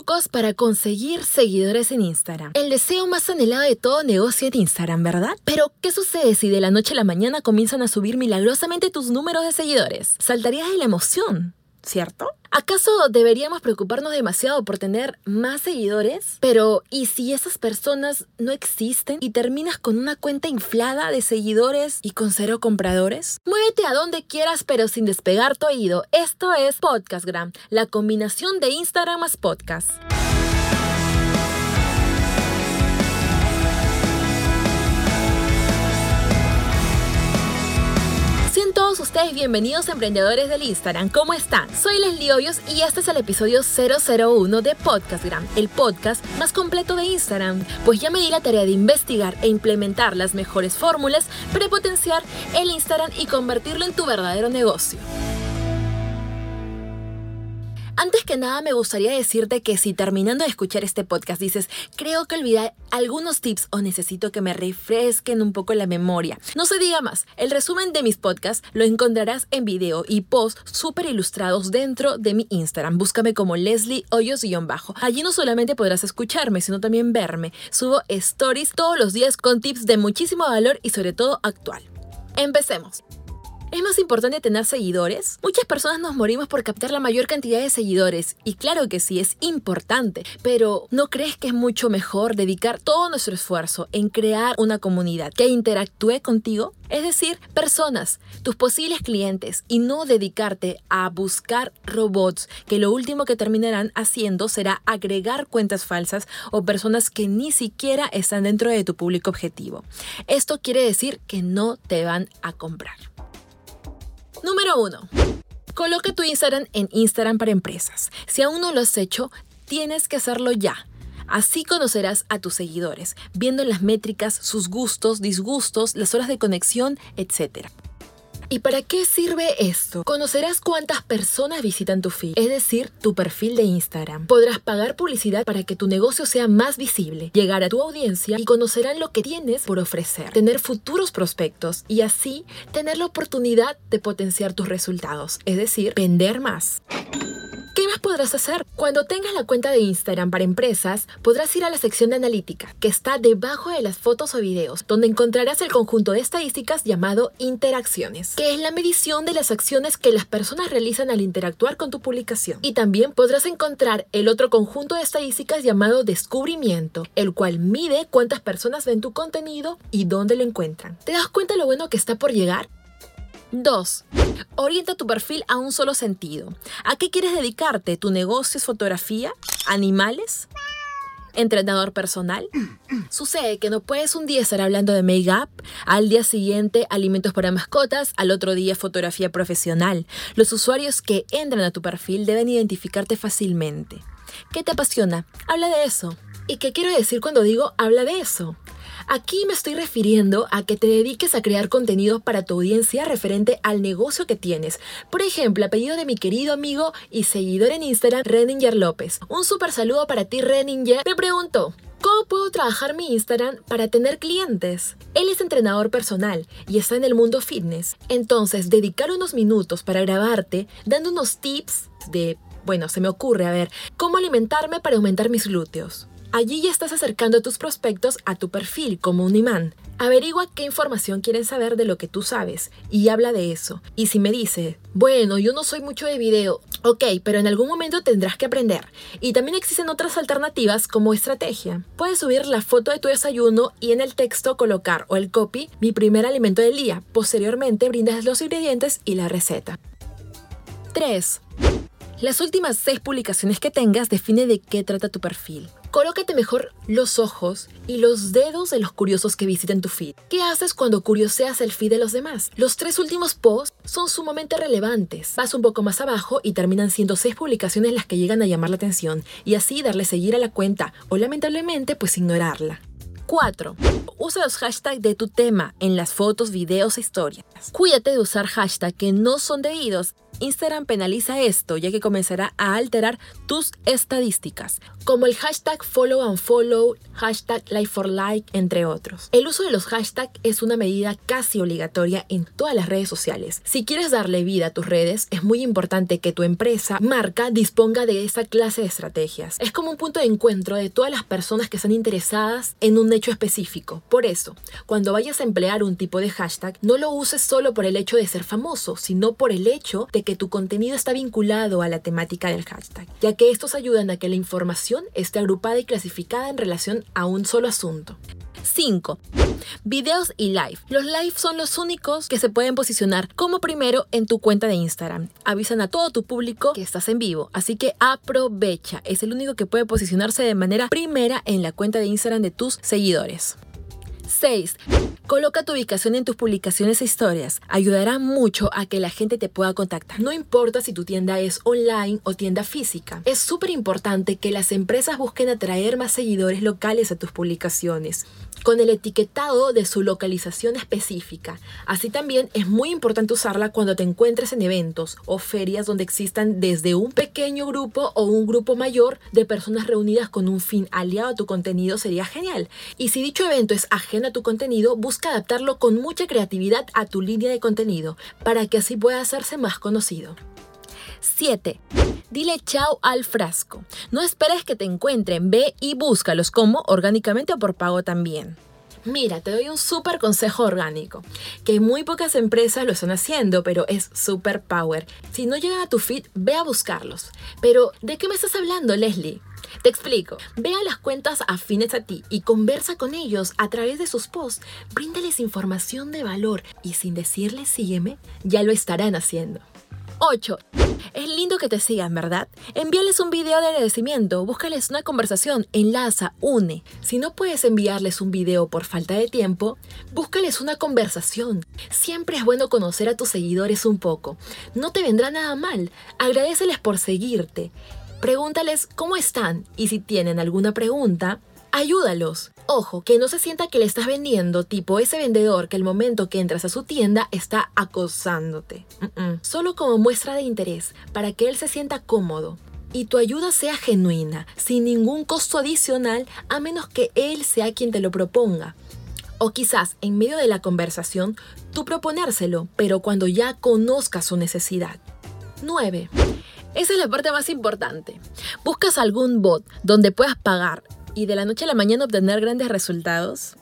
trucos para conseguir seguidores en Instagram. El deseo más anhelado de todo negocio en Instagram, ¿verdad? Pero, ¿qué sucede si de la noche a la mañana comienzan a subir milagrosamente tus números de seguidores? Saltarías de la emoción, ¿cierto? ¿Acaso deberíamos preocuparnos demasiado por tener más seguidores? Pero, ¿y si esas personas no existen y terminas con una cuenta inflada de seguidores y con 0 compradores? Muévete a donde quieras, pero sin despegar tu oído. Esto es Podcastgram, la combinación de Instagram más podcast. Todos ustedes bienvenidos a Emprendedores del Instagram. ¿Cómo están? Soy Leslie Hoyos y este es el episodio 001 de Podcastgram, el podcast más completo de Instagram. Pues ya me di la tarea de investigar e implementar las mejores fórmulas para potenciar el Instagram y convertirlo en tu verdadero negocio. Antes que nada me gustaría decirte que si terminando de escuchar este podcast dices, creo que olvidé algunos tips o necesito que me refresquen un poco la memoria, no se diga más. El resumen de mis podcasts lo encontrarás en video y post súper ilustrados dentro de mi Instagram. Búscame como Leslie Hoyos _. Allí no solamente podrás escucharme, sino también verme. Subo stories todos los días con tips de muchísimo valor y sobre todo actual. Empecemos. ¿Es más importante tener seguidores? Muchas personas nos morimos por captar la mayor cantidad de seguidores. Y claro que sí, es importante. Pero ¿no crees que es mucho mejor dedicar todo nuestro esfuerzo en crear una comunidad que interactúe contigo? Es decir, personas, tus posibles clientes, y no dedicarte a buscar robots que lo último que terminarán haciendo será agregar cuentas falsas o personas que ni siquiera están dentro de tu público objetivo. Esto quiere decir que no te van a comprar. Número 1. Coloca tu Instagram en Instagram para empresas. Si aún no lo has hecho, tienes que hacerlo ya. Así conocerás a tus seguidores, viendo las métricas, sus gustos, disgustos, las horas de conexión, etc. ¿Y para qué sirve esto? Conocerás cuántas personas visitan tu feed, es decir, tu perfil de Instagram. Podrás pagar publicidad para que tu negocio sea más visible, llegar a tu audiencia y conocerán lo que tienes por ofrecer, tener futuros prospectos y así tener la oportunidad de potenciar tus resultados, es decir, vender más. ¿Qué más podrás hacer? Cuando tengas la cuenta de Instagram para empresas, podrás ir a la sección de analítica, que está debajo de las fotos o videos, donde encontrarás el conjunto de estadísticas llamado interacciones, que es la medición de las acciones que las personas realizan al interactuar con tu publicación. Y también podrás encontrar el otro conjunto de estadísticas llamado descubrimiento, el cual mide cuántas personas ven tu contenido y dónde lo encuentran. ¿Te das cuenta lo bueno que está por llegar? 2. Orienta tu perfil a un solo sentido. ¿A qué quieres dedicarte? ¿Tu negocio es fotografía? ¿Animales? ¿Entrenador personal? Sucede que no puedes un día estar hablando de make-up, al día siguiente alimentos para mascotas, al otro día fotografía profesional. Los usuarios que entran a tu perfil deben identificarte fácilmente. ¿Qué te apasiona? Habla de eso. ¿Y qué quiero decir cuando digo habla de eso? Aquí me estoy refiriendo a que te dediques a crear contenidos para tu audiencia referente al negocio que tienes. Por ejemplo, a pedido de mi querido amigo y seguidor en Instagram, Renninger López. Un súper saludo para ti, Renninger. Me preguntó, ¿cómo puedo trabajar mi Instagram para tener clientes? Él es entrenador personal y está en el mundo fitness. Entonces, dedicar unos minutos para grabarte dando unos tips de, se me ocurre, ¿cómo alimentarme para aumentar mis glúteos? Allí ya estás acercando a tus prospectos a tu perfil como un imán. Averigua qué información quieren saber de lo que tú sabes y habla de eso. Y si me dice, yo no soy mucho de video, ok, pero en algún momento tendrás que aprender. Y también existen otras alternativas como estrategia. Puedes subir la foto de tu desayuno y en el texto colocar o el copy, mi primer alimento del día. Posteriormente brindas los ingredientes y la receta. 3. Las últimas 6 publicaciones que tengas define de qué trata tu perfil. Colócate mejor los ojos y los dedos de los curiosos que visiten tu feed. ¿Qué haces cuando curioseas el feed de los demás? Los 3 últimos posts son sumamente relevantes. Vas un poco más abajo y terminan siendo 6 publicaciones las que llegan a llamar la atención y así darle seguir a la cuenta o lamentablemente ignorarla. 4. Usa los hashtags de tu tema en las fotos, videos e historias. Cuídate de usar hashtags que no son debidos. Instagram penaliza esto, ya que comenzará a alterar tus estadísticas, como el hashtag follow and follow, hashtag like for like, entre otros. El uso de los hashtags es una medida casi obligatoria en todas las redes sociales. Si quieres darle vida a tus redes, es muy importante que tu empresa, marca, disponga de esa clase de estrategias. Es como un punto de encuentro de todas las personas que están interesadas en un hecho específico. Por eso, cuando vayas a emplear un tipo de hashtag, no lo uses solo por el hecho de ser famoso, sino por el hecho de que tu contenido está vinculado a la temática del hashtag, ya que estos ayudan a que la información esté agrupada y clasificada en relación a un solo asunto. 5. Videos y live. Los live son los únicos que se pueden posicionar como primero en tu cuenta de Instagram. Avisan a todo tu público que estás en vivo, así que aprovecha. Es el único que puede posicionarse de manera primera en la cuenta de Instagram de tus seguidores. 6. Coloca tu ubicación en tus publicaciones e historias. Ayudará mucho a que la gente te pueda contactar. No importa si tu tienda es online o tienda física. Es súper importante que las empresas busquen atraer más seguidores locales a tus publicaciones, con el etiquetado de su localización específica. Así también es muy importante usarla cuando te encuentres en eventos o ferias donde existan desde un pequeño grupo o un grupo mayor de personas reunidas con un fin aliado a tu contenido. Sería genial. Y si dicho evento es ajeno a tu contenido, busca adaptarlo con mucha creatividad a tu línea de contenido para que así pueda hacerse más conocido. 7. Dile chao al frasco. No esperes que te encuentren, ve y búscalos, como orgánicamente o por pago también. Mira, te doy un súper consejo orgánico, que muy pocas empresas lo están haciendo, pero es súper power. Si no llegan a tu feed, ve a buscarlos. Pero, ¿de qué me estás hablando, Leslie? Te explico. Ve a las cuentas afines a ti y conversa con ellos a través de sus posts. Bríndales información de valor y sin decirles sígueme, ya lo estarán haciendo. 8. Es lindo que te sigan, ¿verdad? Envíales un video de agradecimiento, búscales una conversación, enlaza, une. Si no puedes enviarles un video por falta de tiempo, búscales una conversación. Siempre es bueno conocer a tus seguidores un poco. No te vendrá nada mal. Agradéceles por seguirte. Pregúntales cómo están y si tienen alguna pregunta, ayúdalos. Ojo, que no se sienta que le estás vendiendo, tipo ese vendedor que al momento que entras a su tienda está acosándote. Solo como muestra de interés, para que él se sienta cómodo. Y tu ayuda sea genuina, sin ningún costo adicional, a menos que él sea quien te lo proponga. O quizás, en medio de la conversación, tú proponérselo, pero cuando ya conozcas su necesidad. 9. Esa es la parte más importante. ¿Buscas algún bot donde puedas pagar y de la noche a la mañana obtener grandes resultados?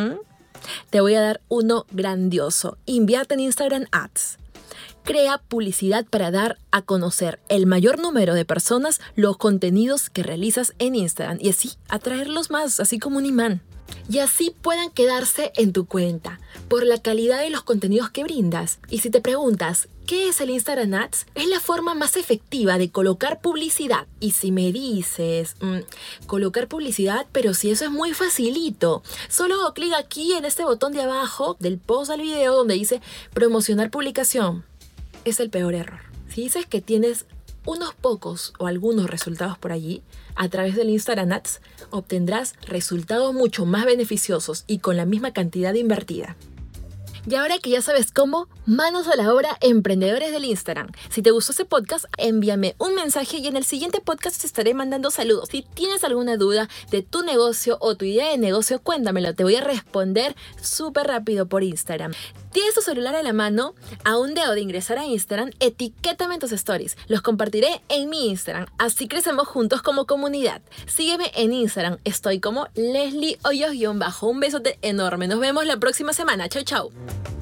Te voy a dar uno grandioso. Invierte en Instagram Ads. Crea publicidad para dar a conocer el mayor número de personas los contenidos que realizas en Instagram y así atraerlos más, así como un imán. Y así puedan quedarse en tu cuenta por la calidad de los contenidos que brindas. Y si te preguntas, ¿qué es el Instagram Ads? Es la forma más efectiva de colocar publicidad. Y si me dices, colocar publicidad, pero si eso es muy facilito. Solo hago clic aquí en este botón de abajo del post al video donde dice promocionar publicación. Es el peor error. Si dices que tienes unos pocos o algunos resultados por allí, a través del Instagram Ads obtendrás resultados mucho más beneficiosos y con la misma cantidad invertida. Y ahora que ya sabes cómo, manos a la obra, emprendedores del Instagram. Si te gustó ese podcast, envíame un mensaje y en el siguiente podcast te estaré mandando saludos. Si tienes alguna duda de tu negocio o tu idea de negocio, cuéntamelo. Te voy a responder súper rápido por Instagram. ¿Tienes tu celular a la mano? A un dedo de ingresar a Instagram, etiquétame en tus stories. Los compartiré en mi Instagram. Así crecemos juntos como comunidad. Sígueme en Instagram. Estoy como Leslie Hoyos-. Un besote enorme. Nos vemos la próxima semana. Chau, chau.